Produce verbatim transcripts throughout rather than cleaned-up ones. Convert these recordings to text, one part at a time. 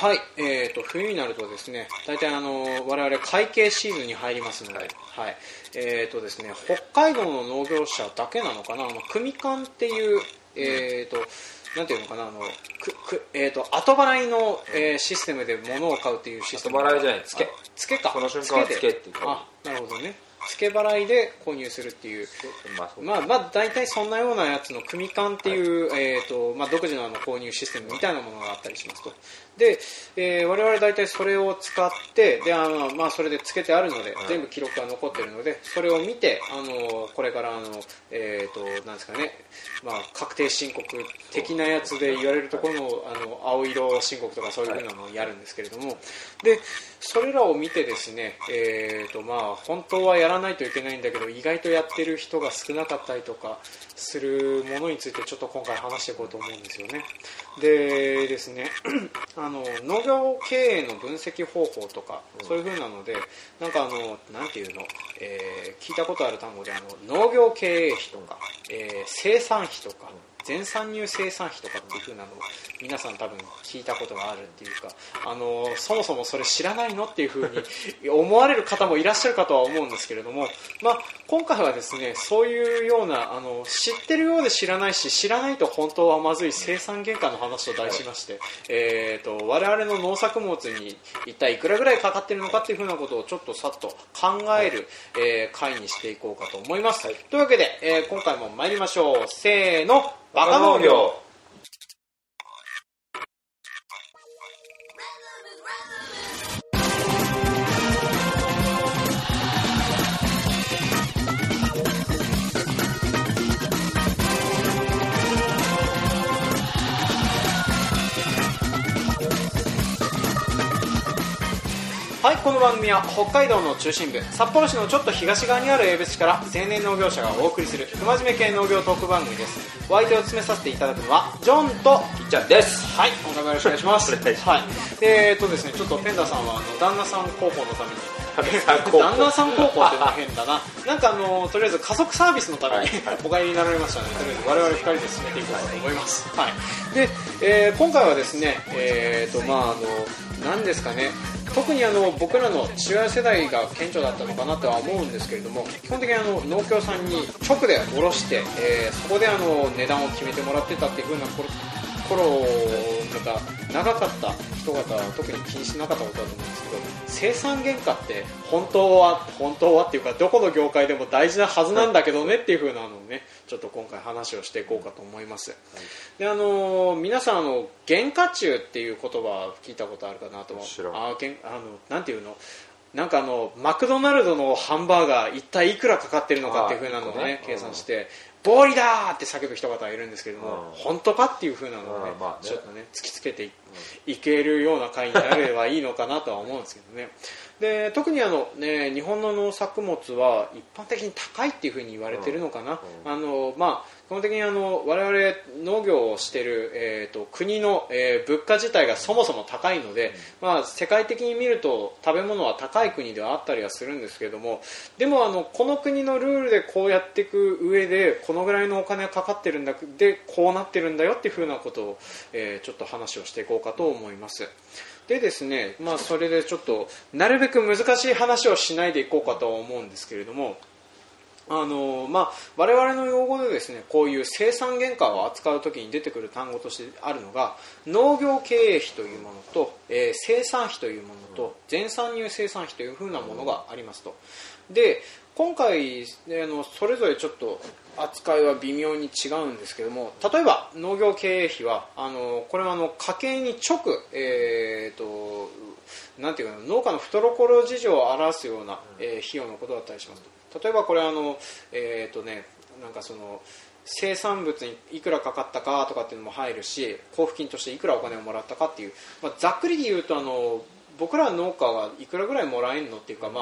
はい、えーと、冬になるとですね、大体あの我々会計シーズンに入りますので、はいはい、えーとですね、北海道の農業者だけなのかな、あの組間っていう、えーとなんていうのかな、あのくく、えーと、後払いの、えー、システムで物を買うっていうシステム。 後払いじゃない、つけつけか、 その瞬間はつけっていうか、 あ、なるほどね、付け払いで購入するっていう、まあ、まあ、まあ大体そんなようなやつの組間っていう、はい、えーとまあ、独自のあの購入システムみたいなものがあったりしますと。で、えー、我々大体それを使ってであの、まあ、それで付けてあるので、はい、全部記録が残っているので、それを見てあのこれからあの、えーとなんですかね、まあ、確定申告的なやつで言われるところの、あの青色申告とかそういうふうなのをやるんですけれども、でそれらを見てですね、えーとまあ、本当はやらないといけないんだけど意外とやってる人が少なかったりとかするものについてちょっと今回話していこうと思うんですよね。でですねあの農業経営の分析方法とか、うん、そういう風なのでなんかあのなんていうの、えー、聞いたことある単語であの農業経営費とか、えー、生産費とか、全参入生産費とかっていう風なのを皆さん多分聞いたことがあるっていうか、あのそもそもそれ知らないのっていう風に思われる方もいらっしゃるかとは思うんですけれども、まあ、今回はですねそういうようなあの知ってるようで知らないし知らないと本当はまずい生産原価の話と題しまして、えー、と我々の農作物に一体いくらぐらいかかっているのかっていう風なことをちょっとさっと考える、えー、回にしていこうかと思います、はい、というわけで、えー、今回も参りましょう。せーの、バカ農業。はい、この番組は北海道の中心部札幌市のちょっと東側にある江別市から青年農業者がお送りする不真面目系農業トーク番組です。お相手を務めさせていただくのはジョンとキッチャンです。 はい、今回もよろしくお願いしますはい、えーとですね、ちょっとペンダさんはあの旦那さん高校のために旦那さん高校ってのは変だななんかあのとりあえず家族サービスのために、はいはい、お帰りになられましたので、とりあえず我々ふたりで進めていこうかと思います、はい、で、えー、今回はですね、えーとまああの何ですかね、特にあの僕らの父親世代が顕著だったのかなとは思うんですけれども、基本的にあの農協さんに直で卸して、えー、そこであの値段を決めてもらってたっていう風な頃が長かった人方は特に気にしなかったことだと思うんですけど、生産原価って本当は本当はっていうかどこの業界でも大事なはずなんだけどねっていう風なのをね、ちょっと今回話をしていこうかと思います、はい、であの皆さんあの原価中っていう言葉聞いたことあるかなと思う。あけんあのなんていうのなんかあのマクドナルドのハンバーガー一体いくらかかってるのかっていう風なのをね、ね計算して暴利だーって叫ぶ人方がいるんですけれども、本当かっていう風なのをね、まあねちょっとね突きつけて い,、うん、いけるような回になればいいのかなとは思うんですけどね。で特にあの、ね、日本の農作物は一般的に高いっていう風に言われてるのかな、うんうん、あのまあ基本的にあの我々農業をしている、えー、と国の、えー、物価自体がそもそも高いので、うんまあ、世界的に見ると食べ物は高い国ではあったりはするんですけれども、でもあのこの国のルールでこうやっていく上でこのぐらいのお金がかかってるんだでこうなってるんだよっていう風なことを、えー、ちょっと話をしていこうかと思います。でですね、まあ、それでちょっとなるべく難しい話をしないでいこうかとは思うんですけれども、あのまあ、我々の用語でですねこういう生産原価を扱うときに出てくる単語としてあるのが農業経営費というものと、えー、生産費というものと全参入生産費というふうなものがありますと。で今回あのそれぞれちょっと扱いは微妙に違うんですけども、例えば農業経営費はあのこれはあの家計に直、えー、となんていうか農家の懐事情を表すような、えー、費用のことだったりしますと。例えばこれあの、えーとね、なんかその生産物にいくらかかったかとかっていうのも入るし、交付金としていくらお金をもらったかっていう、まあ、ざっくりで言うとあの僕ら農家はいくらぐらいもらえるのっていうか、まあ、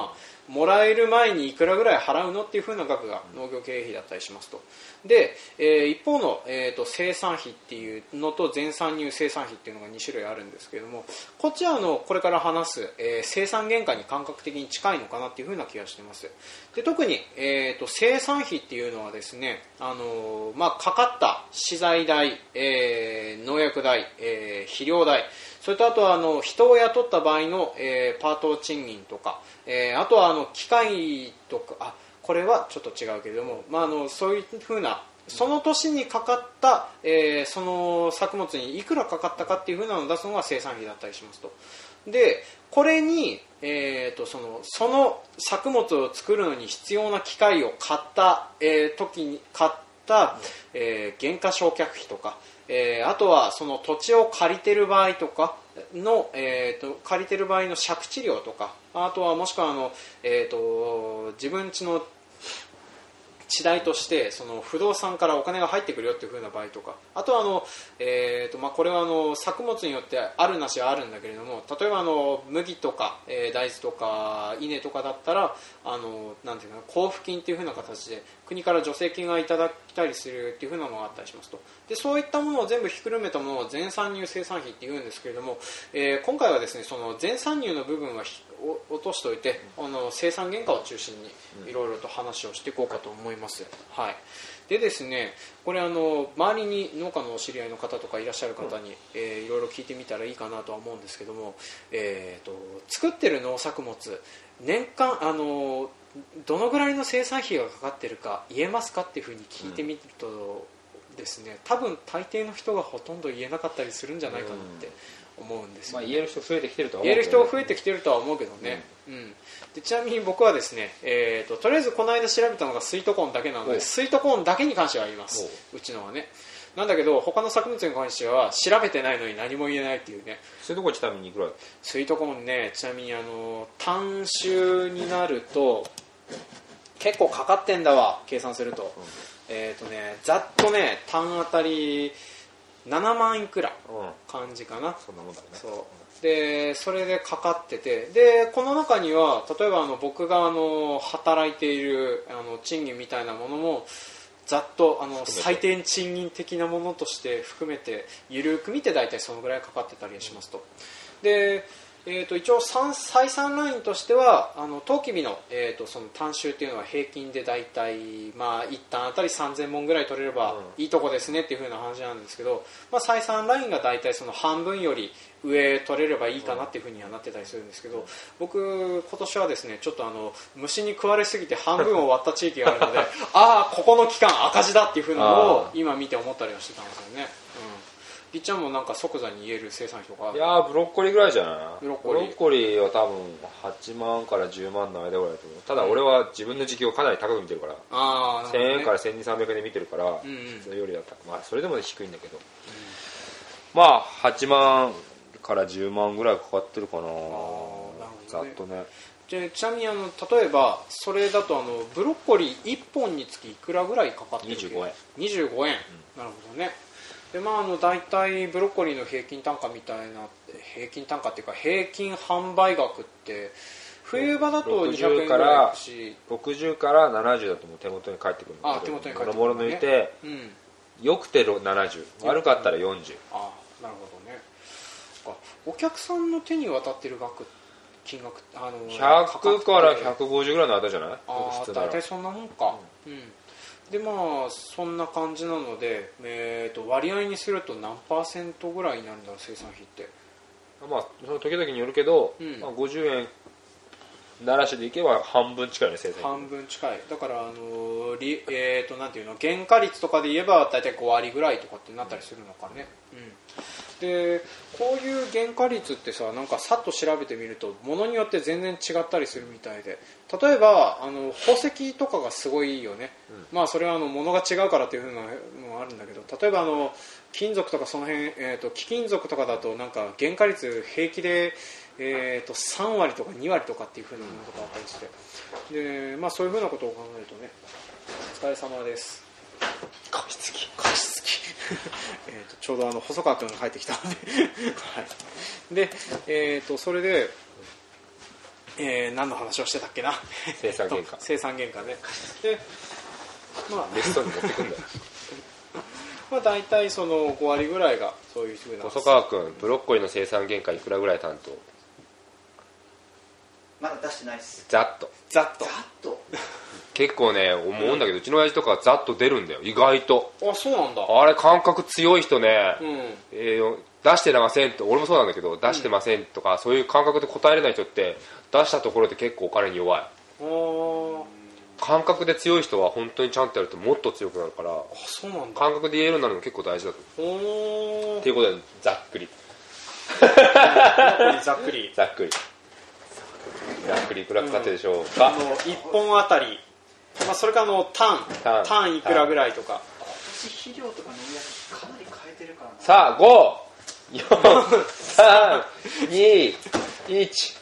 もらえる前にいくらぐらい払うのっていう風な額が農業経営費だったりしますと。で、えー、一方の、えー、と生産費っていうのと全参入生産費っていうのがに種類あるんですけれども、こっちはあのこれから話す、えー、生産原価に感覚的に近いのかなっていう風な気がしてます。で、特に、えー、と生産費っていうのはですね、あのーまあ、かかった資材代、えー、農薬代、えー、肥料代、それとあとはあの人を雇った場合の、えー、パート賃金とか、えー、あとはあの機械とか、あこれはちょっと違うけれども、まあ、あのそういうふうなその年にかかった、えー、その作物にいくらかかったかっていうふうなのを出すのが生産費だったりしますと。でこれに、えー、とそのその作物を作るのに必要な機械を買った、えー、時に買った、えー、原価償却費とか、えー、あとはその土地を借りてる場合とかの、えー、と借りてる場合の借地料とか、あとはもしくはあの、えー、と自分家の地代としてその不動産からお金が入ってくるよっていう風な場合とか、あとはあの、えーとまあ、これはあの作物によってあるなしはあるんだけれども、例えばあの麦とか、えー、大豆とか稲とかだったらあのなんていうの交付金っていう風な形で国から助成金がいただきたりするっていう風なのがあったりしますと。でそういったものを全部ひっくるめたものを全参入生産費っていうんですけれども、えー、今回はですねその全参入の部分は落としておいて、あの生産原価を中心にいろいろと話をしていこうかと思います、はい、でですねこれあの周りに農家のお知り合いの方とかいらっしゃる方に、うんえー、いろいろ聞いてみたらいいかなとは思うんですけども、えー、と作ってる農作物年間あのどのぐらいの生産費がかかってるか言えますかっていうふうに聞いてみるとですね、多分大抵の人がほとんど言えなかったりするんじゃないかなって思うんですよ、ねまあ、言える人増えてきてるとは思うけど、ね、言える人増えてきてるとは思うけどね、うんうん、でちなみに僕はですね、えー、ととりあえずこの間調べたのがスイートコーンだけなのでスイートコーンだけに関しては言います、うちのはね。なんだけど他の作物に関しては調べてないのに何も言えないっていうね。 スイートコーンちなみにいくら？ スイートコーンね、ちなみにあの単種になると結構かかってんだわ、計算すると、うんえーとね、ざっとね単あたりななまんいくら感じかな、うん、 そんなもんだね。 そうでそれでかかってて、でこの中には例えばあの僕があの働いているあの賃金みたいなものもざっとあの最低賃金的なものとして含めて緩く見て大体そのぐらいかかってたりしますと。でえー、と一応採算ラインとしてはあの当期日の、えー、とその単収っていうのは平均で大体、まあ、一旦あたりさんぜんもんぐらい取れればいいとこですねっていう風な話なんですけど、まあ、採算ラインが大体その半分より上取れればいいかなっていう風にはなってたりするんですけど、僕今年はですねちょっとあの虫に食われすぎて半分を割った地域があるのでああここの期間赤字だっていう風なのを今見て思ったりはしてたんですよね。りっちゃんもなんか即座に言える生産費とか。 いやーブロッコリーぐらいじゃない。 ブロッコリー、 ブロッコリーは多分はちまんからじゅうまんの間ぐらいだと思う。ただ俺は自分の時給をかなり高く見てるから、 あ、 せんえんからせんにひゃく、さんびゃくえんで見てるから、うんうん、それよりだったまあそれでも低いんだけど、うん、まあはちまんからじゅうまんぐらいかかってるかな、ざっとね。 でちなみにあの例えばそれだとあのブロッコリーいっぽんにつきいくらぐらいかかってるっけ？にじゅうごえん。にじゅうごえん、うん、なるほどね。でまあ、あの大体ブロッコリーの平均単価みたいな平均単価っていうか平均販売額って冬場だとにひゃくえんぐらいだしろくじゅうからななじゅうだともう手元に返ってくるんだけど、 あ手元に返ってくる、ね、 もろもろ抜いて、うん、よくてななじゅう、悪かったらよんじゅう、 うん、あなるほどね。お客さんの手に渡ってる額金額あのひゃくからひゃくごじゅうぐらいの間じゃない？ あ大体そんなもんか、うんうんでまあそんな感じなので、えー、と割合にすると何パーセントぐらいになるんだろう生産費って。 まあその時々によるけど、うんまあ、ごじゅうえんならしでいけば半分近いね生産費。 半分近いだからあのリ、えー、となんていうの原価率とかで言えば大体ごわりぐらいとかってなったりするのかね、うん、でこういう原価率ってさなんかさっと調べてみると物によって全然違ったりするみたいで、例えばあの宝石とかがすごいいいよね、うん、まあそれはあの物が違うからっていうのもあるんだけど、例えばあの金属とかその辺、えー、と貴金属とかだとなんか原価率平気で、えー、とさんわりとかにわりとかっていう風なものとかあったりして、で、まあ、そういう風なことを考えるとねお疲れ様です。 加湿器加湿器えとちょうどあの細川君が帰ってきたので、はい、で、えー、とそれで、 えー、何の話をしてたっけな。 生産原価生産原価ね。で、まあレストに持ってくんだよまあ大体そのご割ぐらいがそういうふうな。 細川君、ブロッコリーの生産原価いくらぐらい担当？ まだ出してないです。 ざっとざっとざっと結構ね思うんだけど、うちの親父とかざっと出るんだよ意外と。 あ、そうなんだ。 あれ感覚強い人ね、 うん、 えー、出してませんと、俺もそうなんだけど出してませんとか、うん、そういう感覚で答えれない人って出したところで結構お金に弱い。 あ、 感覚で強い人は本当にちゃんとやるともっと強くなるから。あ、 そうなんだ。 感覚で言えるようになるの結構大事だと思う。っていうことでざっくりざっくりざっくりざっくりいくら使ってるでしょうか。 うん、あのいっぽんあたり、まあ、それかあの単単単いくらぐらいとか。 今年肥料とか農薬かなり変えてるからな。 さあご、よん、さん、に、いち。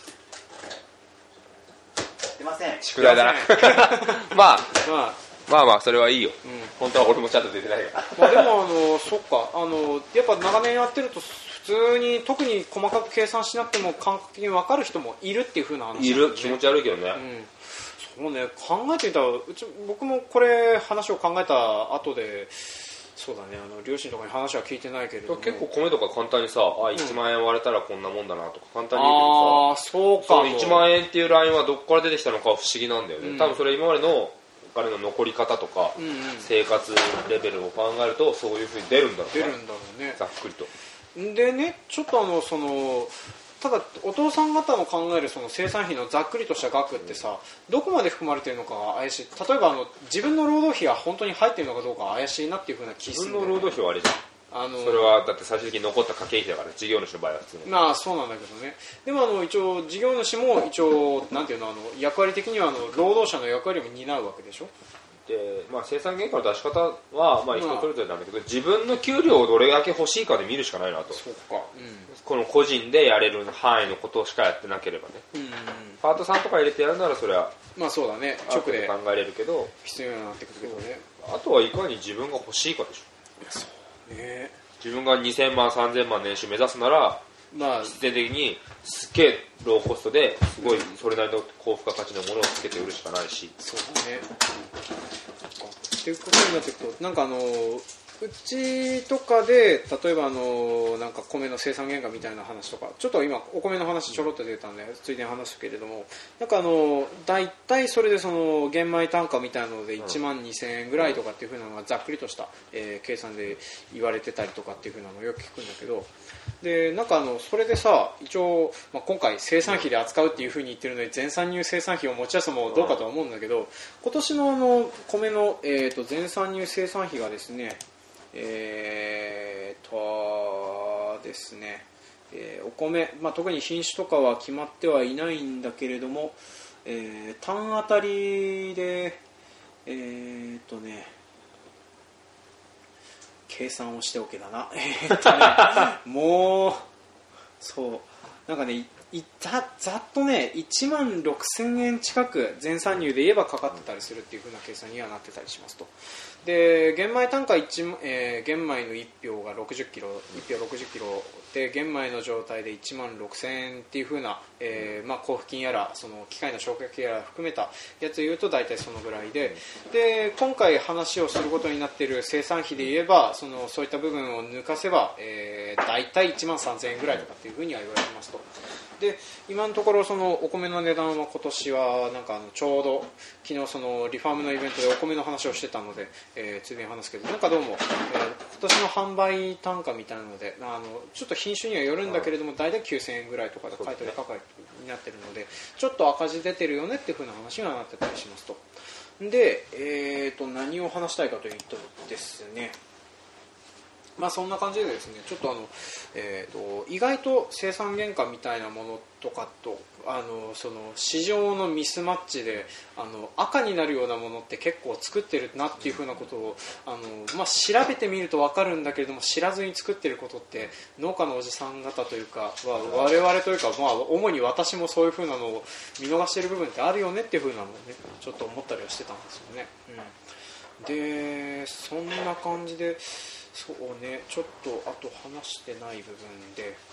出ません。 宿題だなまあ、 まあまあまあそれはいいよ、うん、本当は俺もちゃんと出てないからまあでもあのそっか、あのやっぱ長年やってると普通に特に細かく計算しなくても感覚的に分かる人もいるっていう風な話、ね、 いる。気持ち悪いけどね、 うん、そうね、考えてみたらうち僕もこれ話を考えた後でそうだね、あの両親とかに話は聞いてないけれども、 結構米とか簡単にさあいちまん円割れたらこんなもんだなとか簡単に言うけどさ、 あそうかも、 そのいちまん円っていうラインはどこから出てきたのか不思議なんだよね、うん、多分それ今までのお金の残り方とか、うんうん、生活レベルを考えるとそういう風に出るんだろうね。 出るんだろうね、 ざっくりと。 でね、ちょっとあのそのただお父さん方の考えるその生産費のざっくりとした額ってさ、どこまで含まれているのかが怪しい。例えばあの自分の労働費が本当に入っているのかどうか怪しいなっていう風な気するんだよね。 自分の労働費はあれじゃん、あのー、それはだって最終的に残った家計費だから、事業主の場合は普通に。 まあそうなんだけどね。でもあの一応事業主も一応なんていうの、あの役割的にはあの労働者の役割も担うわけでしょ。 で、まあ、生産原価の出し方は、まあ、人それぞれなんだけど、自分の給料をどれだけ欲しいかで見るしかないなと。 そうか、うん、 この個人でやれる範囲のことしかやってなければね、うんうん、パートさんとか入れてやるならそれはまあそうだね、直で考えれるけど必要になってくるけどね。 あとはいかに自分が欲しいかでしょ。 いやそうね、 自分がにせんまんさんぜんまん年収目指すなら、まあ、必然的にすっげえローコストですごいそれなりの高付加価値のものをつけて売るしかないし。 そうだね、っていうことになっていくと、なんかあのうちとかで例えばあのなんか米の生産原価みたいな話とか、ちょっと今お米の話ちょろっと出たんでついでに話すけれども、なんかあの大体それでその玄米単価みたいなのでいちまんにせんえんぐらいとかっていう風なのがざっくりとした、えー、計算で言われてたりとかっていう風なのをよく聞くんだけど、でなんかあのそれでさ一応、まあ、今回生産費で扱うっていう風に言ってるので全参入生産費を持ち出すのもどうかとは思うんだけど、今年のあの米の、えーと全参入生産費がですねえーとですね、えー、お米、まあ、特に品種とかは決まってはいないんだけれども、えー、単あたりでえーとね計算をしておけだなえーっとねもうそうなんかねいざ, ざっとねいちまんろくせんえん近く全参入で言えばかかってたりするっていう風な計算にはなってたりしますと。で玄米単価1、えー、玄米のいっぴょうがろくじゅっキロ、いっぴょうろくじゅっキロで玄米の状態でいちまんろくせんえんっていう風な、えーまあ、交付金やらその機械の償却やら含めたやつを言うと大体そのぐらいで、で今回話をすることになっている生産費で言えばそのそういった部分を抜かせば、えー、大体いちまんさんぜんえんぐらいとかっていう風には言われてますと。で今のところそのお米の値段は今年はなんかあのちょうど昨日そのリファームのイベントでお米の話をしてたので、えー、ついでに話すけどなんかどうも、えー、今年の販売単価みたいなのであのちょっと品種にはよるんだけれども大体きゅうせんえんぐらいとかで買い取り価格になっているのでちょっと赤字出てるよねっていう風な話にはなってたりしますと。で、えー、と何を話したいかというとですね、まあ、そんな感じでですねちょっとあの、えー、と意外と生産原価みたいなものとかとあのその市場のミスマッチであの赤になるようなものって結構作ってるなっていうふうなことをあの、まあ、調べてみると分かるんだけれども知らずに作ってることって農家のおじさん方というか、まあ、我々というか、まあ、主に私もそういうふうなのを見逃している部分ってあるよねっていうふうなのをねちょっと思ったりはしてたんですよね、うん、でそんな感じでそうね、ちょっとあと話してない部分で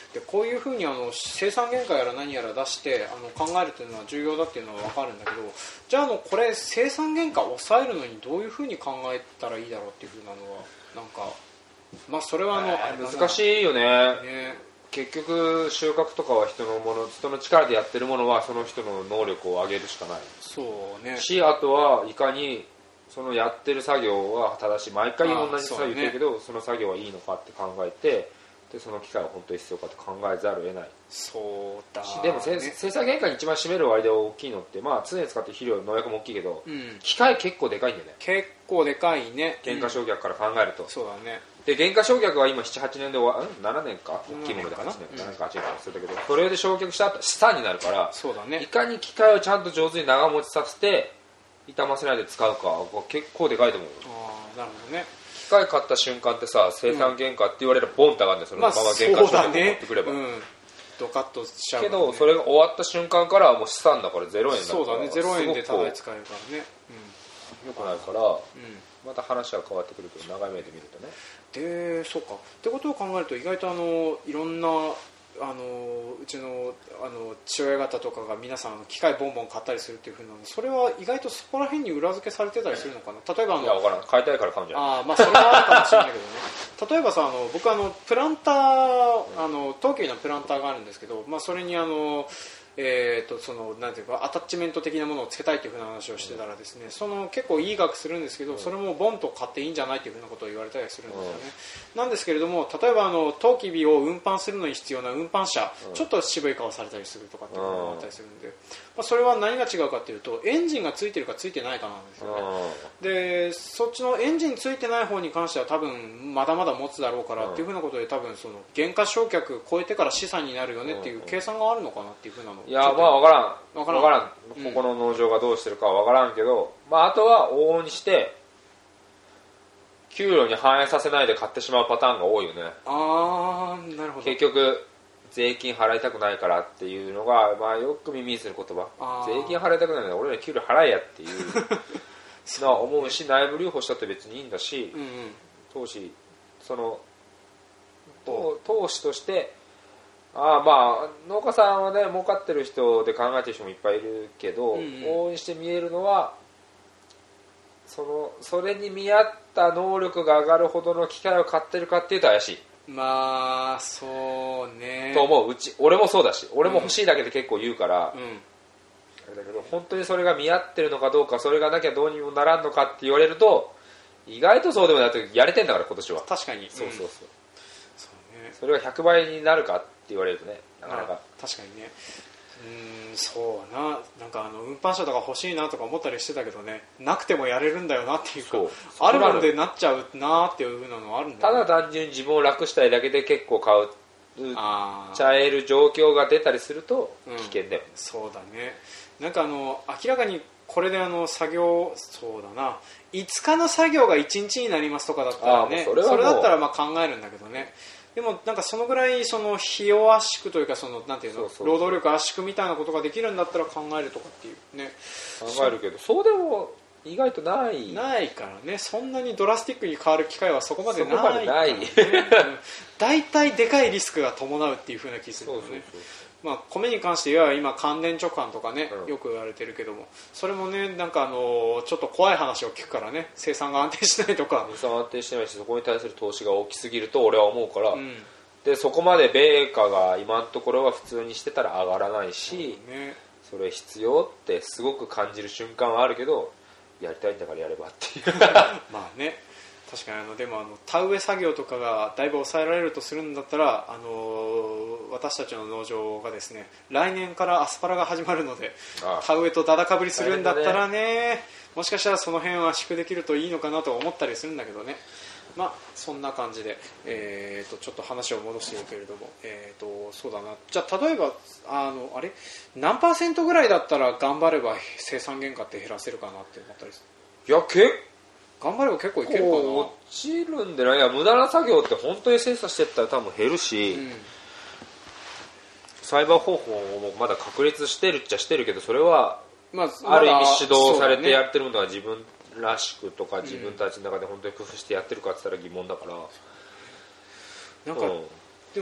でこういうふうにあの生産原価やら何やら出してあの考えるというのは重要だっていうのは分かるんだけど、じゃあ、あのこれ生産原価を抑えるのにどういうふうに考えたらいいだろうっていうふうなのはなんか、まあ、それはあの、 えー、難しいよ ね, ね結局収穫とかは人のもの、人の力でやってるものはその人の能力を上げるしかないそうねし、あとはいかにそのやってる作業は正しい、毎回同じ作業言ってるけど そ,、ね、その作業はいいのかって考えて、でその機械は本当に必要かって考えざるを得ない。 そうだ、ね、 でも生産原価に一番占める割で大きいのって、まあ、常に使ってる肥料農薬も大きいけど、うん、機械結構でかいんだよね。 結構でかいね、 原価償却から考えると、うん、 そうだね。 で原価償却は今ななはちねんで終わる、ななねんか大きいものではちねん、ななねんかはちねんかするんだけど、それで償却した後資産になるから、 そうだね、 いかに機械をちゃんと上手に長持ちさせて傷ませないで使うかは結構でかいと思う。 ああ、なるほどね。 機械買った瞬間ってさ、生産原価って言われるボンって上がるんだよ、そのまま原価償却を持ってくれば、まあね、うん、 ドカッとしちゃう、ね、 けどそれが終わった瞬間からはもう資産だからゼロえんだから、 そうだね、ゼロえんでただで使えるからね、 うん、よくないから、うん、また話は変わってくるけど長い目で見るとね。 で、そうかってことを考えると意外とあのいろんなあのうちのあの父親方とかが皆さん機械ボンボン買ったりするっていう風なの、それは意外とそこら辺に裏付けされてたりするのかな。例えばあの、 いや分からん、買いたいから買うんじゃない。 あ、まあ、それはあるかもしれないけどね例えばさ、あの僕あのプランター、あの東急のプランターがあるんですけど、まあ、それにあのえー、とそのなんていうかアタッチメント的なものをつけたいというふうな話をしてたらですね、その結構いい額するんですけど、それもボンと買っていいんじゃないというふうなことを言われたりするんですよね、うん、なんですけれども、例えばあのトウキビを運搬するのに必要な運搬車、うん、ちょっと渋い顔されたりするとかっていうのがあったりするんで、まあ、それは何が違うかというとエンジンがついてるかついてないかなんですよね、うん、でそっちのエンジンついてない方に関しては多分まだまだ持つだろうからっていうふうなことで、多分その原価償却超えてから資産になるよねっていう計算があるのかなっていうふうなの。 いや、まあ分からん分からん、 からん、ここの農場がどうしてるかは分からんけど、うん、まあ、あとは往々にして給料に反映させないで買ってしまうパターンが多いよね。 あー、なるほど。 結局税金払いたくないからっていうのが、まあ、よく耳にする言葉、税金払いたくないので俺ら給料払えやっていうのは思うし、内部留保したって別にいいんだし、うんうん、投資その投資としてああ、まあ農家さんはね儲かってる人で考えてる人もいっぱいいるけど、うんうん、往々にして見えるのはそのそれに見合った能力が上がるほどの機械を買ってるかっていうと怪しい。 まあそうねと思う。うち俺もそうだし、俺も欲しいだけで結構言うから、うん、あれだけど本当にそれが見合ってるのかどうか、それがなきゃどうにもならんのかって言われると意外とそうでもない。とやれてんだから今年は。 確かに。 そうそうそう、うん、そうね、 それがひゃくばいになるかって言われるとね、なかなか。 確かにね。うーん、そうな、なんかあの運搬車とか欲しいなとか思ったりしてたけどね、なくてもやれるんだよなっていうか、あるもんでなっちゃうなっていう風なのはあるんだよね。 ただ単純に自分を楽したいだけで結構買うちゃえる状況が出たりすると危険だよ、うん、 そうだね。なんかあの明らかにこれであの作業、そうだな、いつかの作業がいちにちになりますとかだったらね、 そ, れそれだったらまあ考えるんだけどね。でもなんかそのぐらいその費用圧縮というか、そのなんていうの、そうそうそう、労働力圧縮みたいなことができるんだったら考えるとかっていうね、 考えるけど、そうでも意外とないないからね。そんなにドラスティックに変わる機会はそこまでないから、ね、 ない。 大体でかいリスクが伴うっていう風な気がするんだよね。そうそうそう、まあ、米に関して言えば今乾電直販とかね、うん、よく言われてるけども、それもね、なんかあのちょっと怖い話を聞くからね、生産が安定しないとか、 生産安定してないし、そこに対する投資が大きすぎると俺は思うから、うん、でそこまで米価が今のところは普通にしてたら上がらないし、うんね、それ必要ってすごく感じる瞬間はあるけど、やりたいんだからやればっていうまあね、確かにあのでもあの田植え作業とかがだいぶ抑えられるとするんだったら、あの私たちの農場がですね、来年からアスパラが始まるので、ああ田植えとだだかぶりするんだったら ね, ねもしかしたらその辺は縮できるといいのかなと思ったりするんだけどね。まあそんな感じで、えー、とちょっと話を戻しているけれども、えー、とそうだな、じゃあ例えばあのあれ何パーセントぐらいだったら頑張れば生産原価って減らせるかなって思ったりする。 いや結構頑張れば結構いけるかな。 落ちるんでない。いや無駄な作業って本当に精査していったら多分減るし、うん、栽培方法もまだ確立してるっちゃしてるけど、それは、まあ、ある意味指導されてやってるものは自分らしくとか、自分たちの中で本当に工夫してやってるかって言ったら疑問だから、 なんか、うん、でも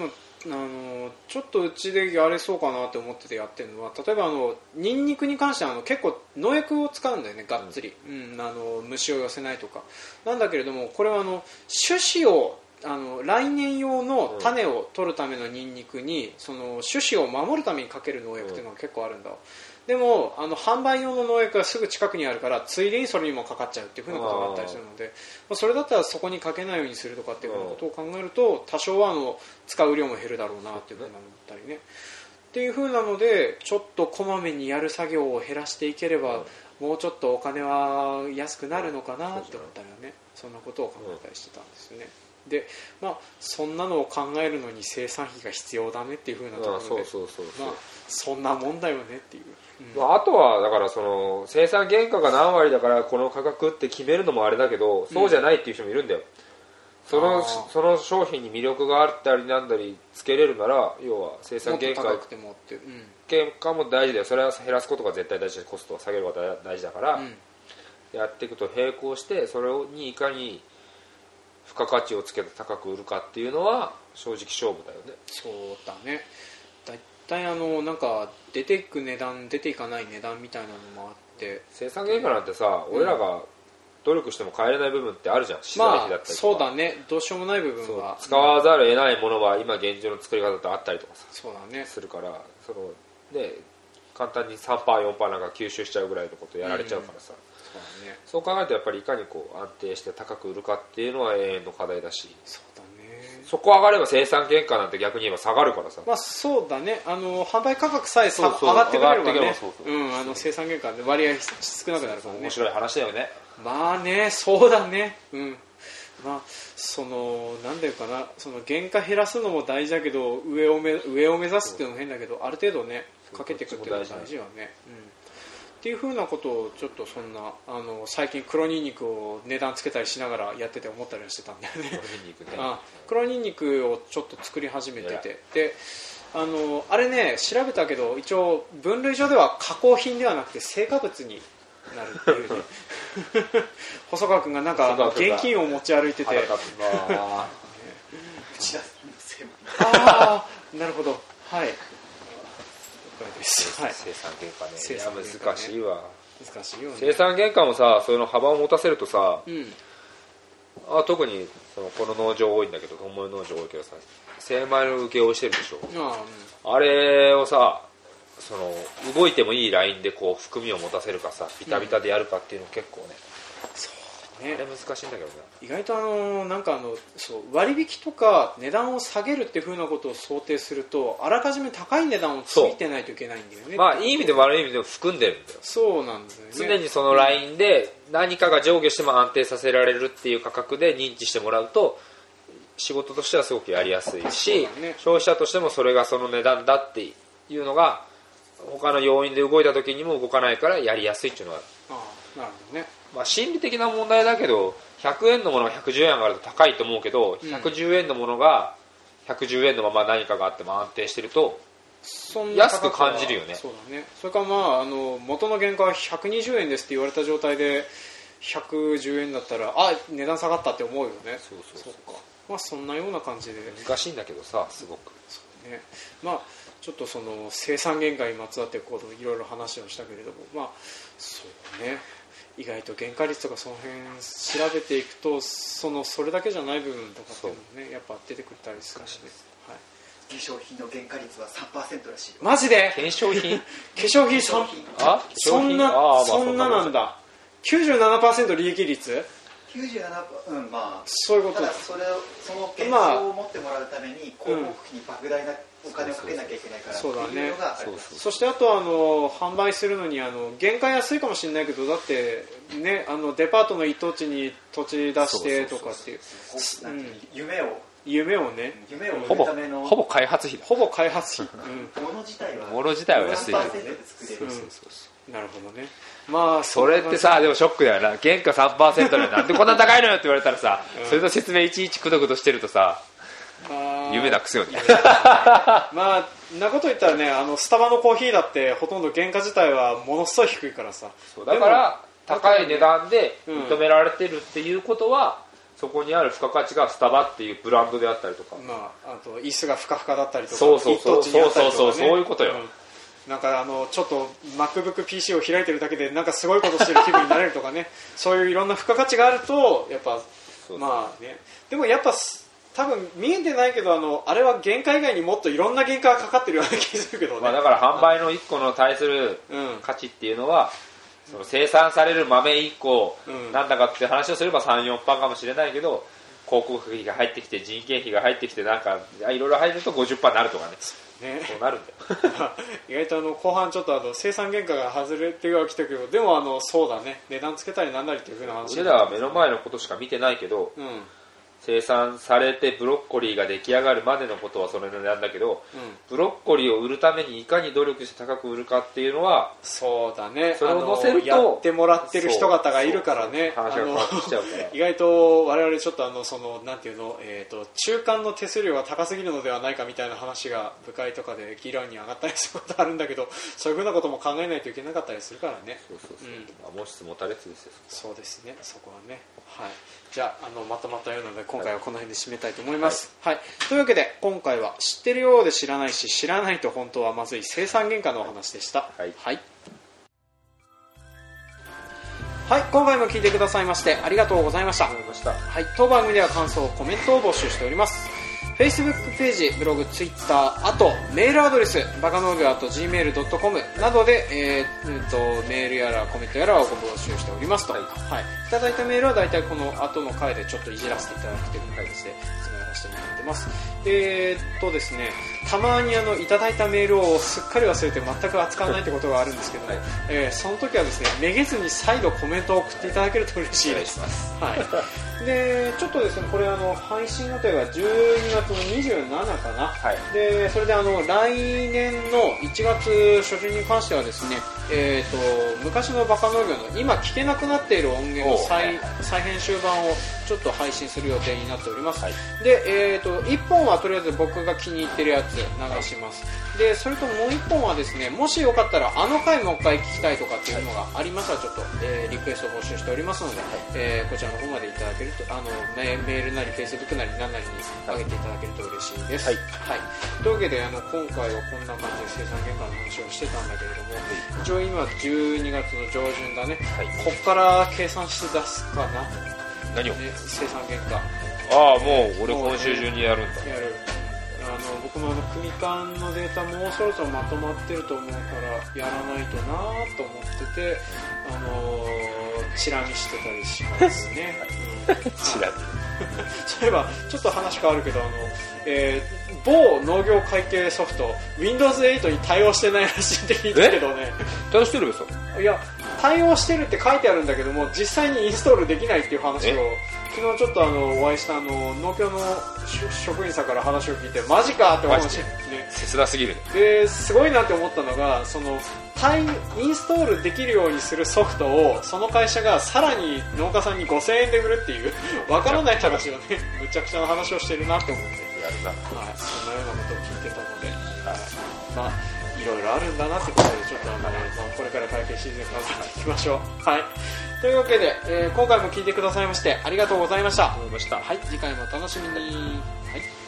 あのちょっとうちでやれそうかなって思っててやってるのは、例えばあのニンニクに関してはあの結構農薬を使うんだよね、がっつり、うんうん、あの虫を寄せないとかなんだけれども、これはあの種子をあの来年用の種を取るためのニンニクに、その種子を守るためにかける農薬っていうのが結構あるんだ。でもあの販売用の農薬がすぐ近くにあるから、ついでにそれにもかかっちゃうっていう風なことがあったりするので、まあ、それだったらそこにかけないようにするとかっていう風なことを考えると、多少はあの使う量も減るだろうなっていう風なのだったりね、っていう風なので、ちょっとこまめにやる作業を減らしていければ、もうちょっとお金は安くなるのかなって思ったらね、そんなことを考えたりしてたんですよね。で、まあ、そんなのを考えるのに生産費が必要だねっていう風なところで、 そうそうそうそう、 まあ、そんなもんだよねっていう、 うん、まあ、あとはだからその生産原価が何割だからこの価格って決めるのもあれだけど、そうじゃないっていう人もいるんだよ、うん、そのその商品に魅力があったりなんだりつけれるなら、要は生産原価もっと高くてもって、うん、 原価も大事だよ。それは減らすことが絶対大事で、コストを下げることが大事だから、うん、やっていくと並行して、それにいかに付加価値をつけて高く売るかっていうのは正直勝負だよね。 そうだね。だいたいあのなんか出ていく値段出ていかない値段みたいなのもあって、 生産原価なんてさ、うん、俺らが努力しても変えれない部分ってあるじゃん。資材費だったりとか、まあ、そうだね、どうしようもない部分は使わざるを得ないものは今現状の作り方ってあったりとかさ、 そうだね、 するから、そのね、簡単に さんパーセント、よんパーセント なんか吸収しちゃうぐらいのことやられちゃうからさ、うん、そうだね、そう考えるとやっぱりいかにこう安定して高く売るかっていうのは永遠の課題だし、 そうだね、 そこ上がれば生産原価なんて逆に言えば下がるからさ、 まあ、そうだね、あの販売価格さえさそうそう上がってくれればね、うん、あの生産原価で割合少なくなるからね。 面白い話だよね。 まあね、そうだね、うん、まあ、そのなんていうかな、その原価減らすのも大事だけど、上をめ上を目指すっていうのも変だけど、ある程度ねかけていくっていうのも大事はね、うん、っていう風なことをちょっとそんなあの最近黒ニンニクを値段つけたりしながらやってて思ったりはしてたんだよね。黒ニンニクね、あ、黒ニンニクをちょっと作り始めてて、であのあれね調べたけど、一応分類上では加工品ではなくて成果物になるっていうね細川君がなんか現金を持ち歩いててああなるほど、はい、 はい、生産原価ね、生産原価ね、難しいわ、 難しいよね。 生産原価もさ、その幅を持たせるとさ、 うん、 あ特にそのこの農場多いんだけど、友の農場多いけどさ、精米の請け負いしてるでしょ、あ、うん、あれをさ、その動いてもいいラインでこう含みを持たせるかさ、ビタビタでやるかっていうの結構ね、うん、そうね、あれ難しいんだけどね。 意外とあのなんかあのそう割引とか値段を下げるっていう風なことを想定すると、あらかじめ高い値段をついてないといけないんだよね。 まあいい意味でも悪い意味でも含んでるんだよ。 そうなんですよね。 常にそのラインで何かが上下しても安定させられるっていう価格で認知してもらうと、仕事としてはすごくやりやすいし、ね、消費者としてもそれがその値段だっていうのが他の要因で動いた時にも動かないからやりやすいっていうのはある。 あ、なるほどね。 まあ、心理的な問題だけど、ひゃくえんのものがひゃくじゅうえん上がると高いと思うけど、ひゃくじゅうえんのものがひゃくじゅうえんのまま何かがあっても安定してると安く感じるよね。 そうだね。それからまあ、あの元の原価はひゃくにじゅうえんですって言われた状態でひゃくじゅうえんだったら、あ、値段下がったって思うよね。 そうそうそう。 そうか。まあそんなような感じで難しいんだけどさ、すごく。 そうね。まあちょっとその生産原価にまつわってこういろいろ話をしたけれども、まあそうね。意外と原価率とかその辺調べていくと、そのそれだけじゃない部分とかっていうのもね、やっぱ出てくったりするしね。はい。 化粧品の原価率は さんパーセント らしいよ。 マジで？ 化粧品？ 化粧品そんあそんなそんななんだ。きゅうじゅうななパーセント 利益率？ きゅうじゅうななパーセント、うん、まあそういうこと。 ただそれをその現象を持ってもらうために広告費に莫大なお金をかけなきゃいけないからっていうのがある。 そしてあとあの販売するのにあの原価安いかもしれないけど、だってね、あのデパートの一等地に土地出してとかっていう夢を夢をね、 夢を売るためのほぼ開発費だ。 ほぼ開発費。 うん、物自体は物自体は安い。 さんパーセントで作れる。 そうそうそう。なるほどね。まあそれってさ、でもショックだよな。原価 さんパーセント でなんでこんな高いのよって言われたらさ、うん、それの説明いちいちくどくどしてるとさ、まあ、夢なくすよね。 まあなこと言ったらね、あのスタバのコーヒーだってほとんど原価自体はものすごい低いからさ。 そうだから高い値段で認められてるっていうことは、 そこにある付加価値がスタバっていうブランドであったりとか、 まあ、あと椅子がふかふかだったりとか、 そうそうそうそうそうそうそういうことよ、 うん、なんかあのちょっと MacBook ピーシー を開いてるだけでなんかすごいことしてる気分になれるとかねそういういろんな付加価値があるとやっぱまあね、でもやっぱ多分見えてないけど あのあれは原価以外にもっといろんな原価がかかってるような気がするけどね、 まあ、だから販売のいっこの対する価値っていうのは、うん、その生産される豆いっこなんだかって話をすれば さん、よんパーかもしれないけど、広告費が入ってきて人件費が入ってきてなんかいろいろ入ると ごじゅっパーセント になるとか ね, ねそうなるんだよ意外とあの後半ちょっとあの生産原価が外れてはきたけど、でもあのそうだね、値段つけたりなんなりっていう風な話、 俺らは目の前のことしか見てないけど、うん、生産されてブロッコリーが出来上がるまでのことはそれなんだけど、うん、ブロッコリーを売るためにいかに努力して高く売るかっていうのはそうだね、 それを載せるとやってもらってる人方がいるからね、 話が変わってきちゃうから意外と我々ちょっとあのそのなんていうの、えーと中間の手数料が高すぎるのではないかみたいな話が部会とかで議論に上がったりすることあるんだけど、そういうふうなことも考えないといけなかったりするからね。 そうそうそう、うん、もしもたれつですよ。 そうですね、そこはね。はい、じゃあ、あのまとまったようなので今回はこの辺で締めたいと思います、はいはい、というわけで今回は知ってるようで知らないし知らないと本当はまずい生産原価のお話でした。はい、はいはい、今回も聞いてくださいましてありがとうございました。はい、当番組では感想コメントを募集しております。Facebook ページ、ブログ、Twitter、あとメールアドレスバカ農業 アットジーメールドットコム などで、えー、とメールやらコメントやらをご募集しておりますと、はいはい、いただいたメールはだいたいこの後の回でちょっといじらせていただくという形で進めらせてもらってます。えー、っとですねたまにあのいただいたメールをすっかり忘れて全く扱わないってことがあるんですけど、はいえー、その時はですねめげずに再度コメントを送っていただけると嬉しいです。はい、でちょっとですねこれあの配信予定がじゅうにがつのにじゅうしちかな、はい、でそれであの来年のいちがつ初旬に関してはですね、えー、と昔のバカ農業の今聞けなくなっている音源の 再, 再編集版をちょっと配信する予定になっております、はい、で、えー、といっぽんはとりあえず僕が気に入ってるやつ流します。でそれともういっぽんはですねもしよかったらあの回もう一回聞きたいとかっていうのがありましたらちょっと、えー、リクエストを募集しておりますので、はいえー、こちらの方までいただけるとあの メ, メールなり Facebook なり何なりに上げていただけると嬉しいです、はいはい、というわけであの今回はこんな感じで生産原価の話をしてたんだけれども、一応今じゅうにがつの上旬だね、はい、こっから計算して出すかな。 何を、 ね、生産原価。 ああもう俺今週中にやるんだ。 やる。あの僕もあの組間のデータもうそろそろまとまってると思うからやらないとなと思ってて、あのー、チラ見してたりしますね。 チラ見そういえばちょっと話変わるけどあの、えー、某農業会計ソフト ウィンドウズエイト に対応してないらしいって聞いたけどね。 対応してるよそいや対応してるって書いてあるんだけども実際にインストールできないっていう話を昨日ちょっとあのお会いしたあの農協の職員さんから話を聞いてマジかって思いましたね。 切なすぎる。 ですごいなって思ったのがそのインストールできるようにするソフトをその会社がさらに農家さんにごせんえんで売るっていうわからない話をねむちゃくちゃな話をしてるなって思ってやるな、 はい、そんなようなことを聞いてたので、はい、まあいろいろあるんだなってことでちょっとあの、まあ、これから会計シーズン頑張っていきましょう。はいというわけで、えー、今回も聞いてくださいましてありがとうございました。 ありがとうございました。 はい次回もお楽しみに。はい